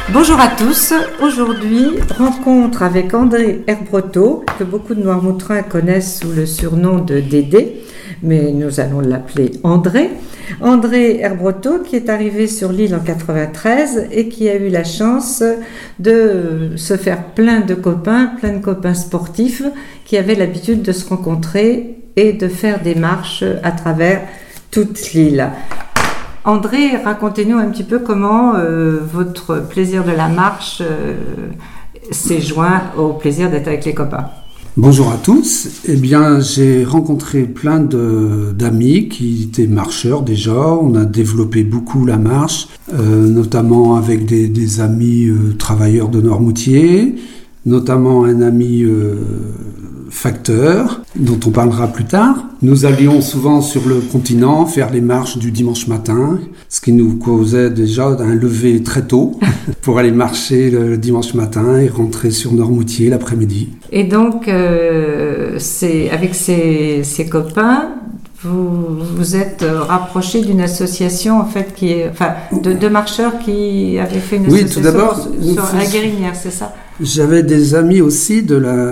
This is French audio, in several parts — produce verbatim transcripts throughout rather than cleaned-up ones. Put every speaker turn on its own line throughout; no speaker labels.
Bonjour à tous, aujourd'hui rencontre avec André Herbreteau, que beaucoup de Noirmoutrins connaissent sous le surnom de Dédé, mais nous allons l'appeler André. André Herbreteau qui est arrivé sur l'île en quatre-vingt-treize et qui a eu la chance de se faire plein de copains, plein de copains sportifs qui avaient l'habitude de se rencontrer et de faire des marches à travers toute l'île. André, racontez-nous un petit peu comment euh, votre plaisir de la marche euh, s'est joint au plaisir d'être avec les copains.
Bonjour à tous. Eh bien, j'ai rencontré plein de, d'amis qui étaient marcheurs déjà. On a développé beaucoup la marche, euh, notamment avec des, des amis euh, travailleurs de Noirmoutier, notamment un ami euh, facteur, dont on parlera plus tard. Nous allions souvent sur le continent faire les marches du dimanche matin, ce qui nous causait déjà un lever très tôt pour aller marcher le dimanche matin et rentrer sur Noirmoutier l'après-midi.
Et donc, euh, c'est, avec ces, ces copains, vous vous êtes rapproché d'une association en fait qui est, enfin, de, de marcheurs qui avaient fait une
oui,
association
tout d'abord,
sur, sur la Guérinière, c'est ça?
J'avais des amis aussi de la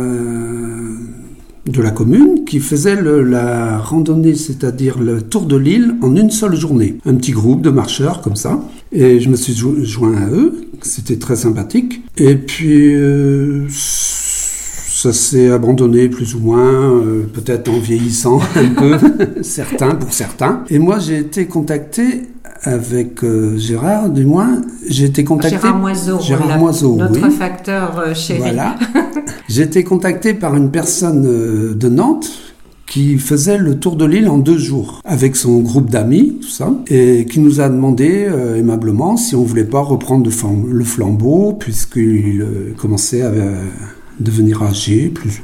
de la commune qui faisaient le, la randonnée, c'est-à-dire le tour de l'île en une seule journée. Un petit groupe de marcheurs comme ça. Et je me suis jo- joint à eux. C'était très sympathique. Et puis, euh, ça s'est abandonné plus ou moins, euh, peut-être en vieillissant un peu, certains pour certains. Et moi, j'ai été contacté avec euh, Gérard, du moins, j'ai été contacté...
Gérard Moiseau,
Gérard
voilà,
Moiseau,
notre
oui.
facteur euh, chéri.
Voilà. J'ai été contacté par une personne euh, de Nantes qui faisait le tour de l'île en deux jours, avec son groupe d'amis, tout ça, et qui nous a demandé euh, aimablement si on voulait pas reprendre le, flam- le flambeau, puisqu'il euh, commençait à euh, devenir âgé. Plus...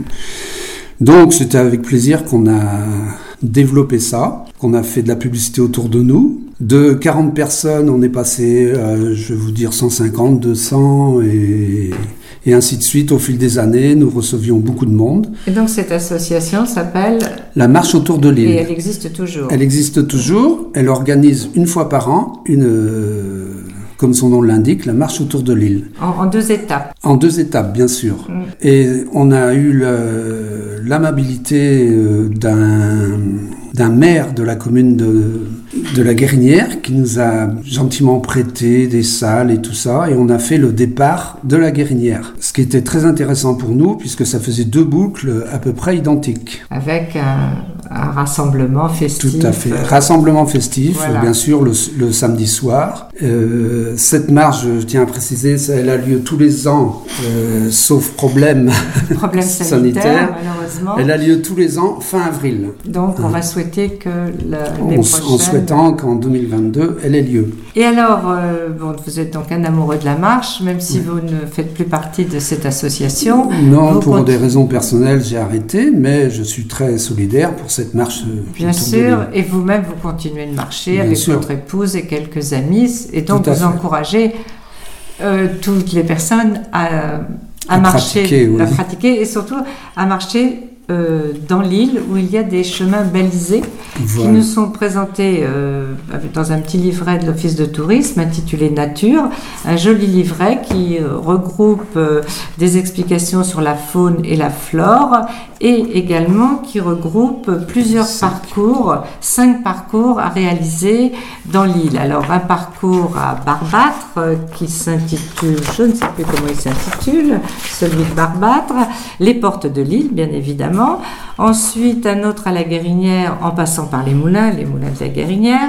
Donc c'était avec plaisir qu'on a développé ça, qu'on a fait de la publicité autour de nous. De quarante personnes, on est passé, euh, je vais vous dire, cent cinquante, deux cents, et, et ainsi de suite. Au fil des années, nous recevions beaucoup de monde.
Et donc cette association s'appelle...
La marche autour de l'île.
Et elle existe toujours.
Elle existe toujours. Elle organise une fois par an une... Euh, comme son nom l'indique, la marche autour de l'île.
En, en deux étapes.
En deux étapes, bien sûr. Mm. Et on a eu le, l'amabilité euh, d'un, d'un maire de la commune de, de la Guérinière qui nous a gentiment prêté des salles et tout ça. Et on a fait le départ de la Guérinière. Ce qui était très intéressant pour nous, puisque ça faisait deux boucles à peu près identiques.
Avec un, un rassemblement festif.
Tout à fait. Rassemblement festif,
voilà.
Bien sûr, le, le samedi soir. Euh, Cette marche, je tiens à préciser, elle a lieu tous les ans, euh, sauf problème,
problème sanitaire,
sanitaire,
malheureusement.
Elle a lieu tous les ans, fin avril.
Donc, on hein. va souhaiter que l'année
en,
prochaine...
En souhaitant qu'en deux mille vingt-deux, elle ait lieu.
Et alors, euh, bon, vous êtes donc un amoureux de la marche, même si oui. vous ne faites plus partie de cette association.
Non, pour
continue...
des raisons personnelles, j'ai arrêté, mais je suis très solidaire pour cette marche.
Bien sûr, et vous-même, vous continuez de marcher Bien avec sûr. votre épouse et quelques amis, et donc vous encouragez euh, toutes les personnes à, à, à marcher,
pratiquer, oui.
à pratiquer, et surtout à marcher euh, dans l'île où il y a des chemins balisés voilà. qui nous sont présentés euh, dans un petit livret de l'Office de tourisme intitulé Nature, un joli livret qui euh, regroupe euh, des explications sur la faune et la flore et également qui regroupe plusieurs cinq. parcours, cinq parcours à réaliser dans l'île. Alors un parcours à Barbâtre euh, qui s'intitule, je ne sais plus comment il s'intitule, celui de Barbâtre, les portes de l'île bien évidemment. Ensuite, un autre à la Guérinière en passant par les moulins, les moulins de la Guérinière.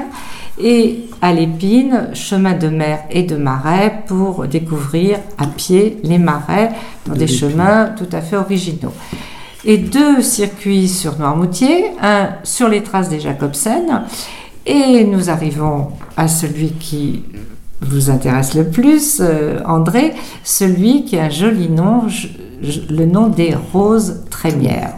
Et à l'Épine, chemin de mer et de marais pour découvrir à pied les marais dans de des l'Épine. Chemins tout à fait originaux. Et deux circuits sur Noirmoutier, un sur les traces des Jacobsen. Et nous arrivons à celui qui vous intéresse le plus, euh, André, celui qui a un joli nom, je, je, le nom des Roses Trémières.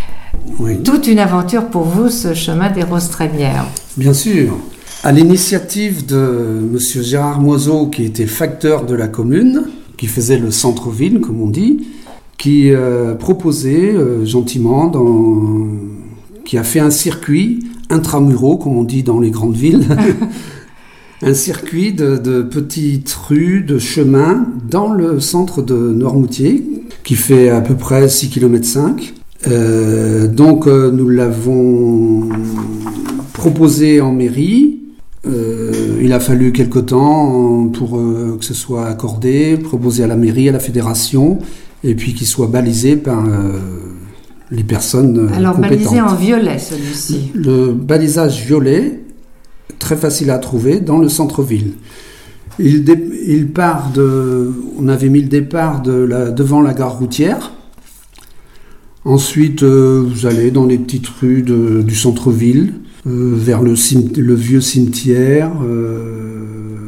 Oui. Toute une aventure pour vous, ce chemin des Roses Trémières.
Bien sûr. À l'initiative de M. Gérard Moiseau, qui était facteur de la commune, qui faisait le centre-ville, comme on dit, qui euh, proposait euh, gentiment, dans... qui a fait un circuit intramuraux, comme on dit dans les grandes villes, un circuit de, de petites rues, de chemins dans le centre de Noirmoutier, qui fait à peu près six virgule cinq kilomètres. Euh, donc euh, nous l'avons proposé en mairie. Euh, il a fallu quelque temps pour euh, que ce soit accordé, proposé à la mairie, à la fédération, et puis qu'il soit balisé par euh, les personnes euh,
Alors,
compétentes.
balisé en violet, celui-ci.
Le balisage violet, très facile à trouver, dans le centre-ville. Il, dé, il part de... On avait mis le départ de la, devant la gare routière. Ensuite, euh, vous allez dans les petites rues de, du centre-ville, euh, vers le, cim, le vieux cimetière. Euh,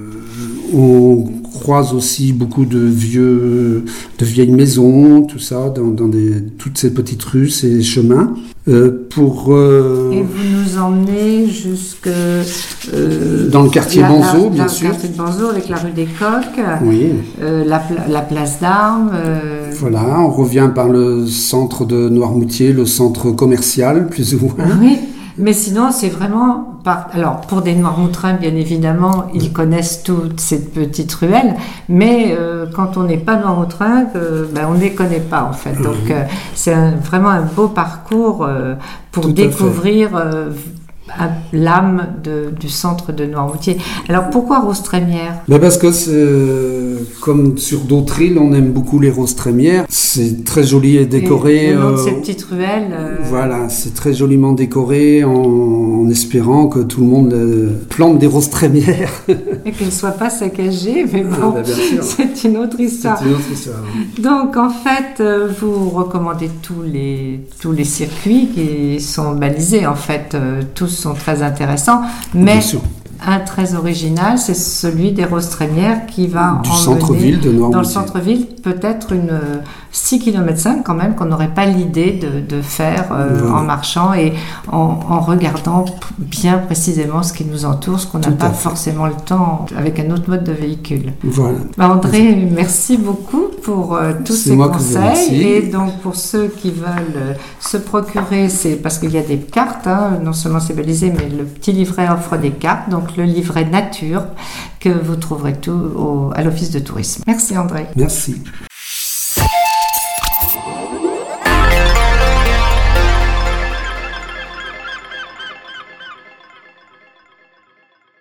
on croise aussi beaucoup de, vieux, de vieilles maisons, tout ça, dans, dans des, toutes ces petites rues, ces chemins. Euh, pour, euh,
Et vous nous emmenez jusque... Euh,
dans le quartier
la,
Banzeau,
la,
bien
dans
sûr.
Le quartier de Banzeau, avec la rue des Coques,
oui.
euh, la, la place d'Armes. Euh...
Voilà, on revient par le centre de Noirmoutier, le centre commercial, plus ou moins.
Oui, mais sinon, c'est vraiment... Par... Alors, pour des Noirmoutrins, bien évidemment, ils connaissent toutes ces petites ruelles, mais euh, quand on n'est pas Noirmoutrin, euh, ben, on ne les connaît pas, en fait. Donc, euh, c'est un, vraiment un beau parcours euh, pour
Tout
découvrir euh, l'âme de, du centre de Noirmoutier. Alors, pourquoi rose trémière ?
Ben parce que, c'est, comme sur d'autres îles, on aime beaucoup les roses trémières. C'est très joli et décoré.
Et le long de
euh,
ces petites ruelles. Euh...
Voilà, c'est très joliment décoré en, en espérant que tout le monde euh, plante des roses trémières.
Et qu'elles ne soient pas saccagées, mais bon,
ah, ben bien sûr.
c'est une autre histoire.
C'est une autre histoire.
Donc, en fait, vous recommandez tous les, tous les circuits qui sont balisés, en fait, tous sont très intéressants, mais un très original, c'est celui des roses trémières qui va
du
emmener
centre-ville de Noirmoutier.
Dans le centre-ville, peut-être une six virgule cinq kilomètres quand même, qu'on n'aurait pas l'idée de, de faire euh, voilà. en marchant et en, en regardant bien précisément ce qui nous entoure, ce qu'on n'a pas fait. forcément le temps avec un autre mode de véhicule.
Voilà.
Bah André, merci beaucoup pour euh, tous
c'est
ces
moi
conseils. Et donc, pour ceux qui veulent euh, se procurer, c'est parce qu'il y a des cartes, hein, non seulement c'est balisé, mais le petit livret offre des cartes, donc le livret nature que vous trouverez tout au, à l'Office de tourisme. Merci André.
Merci.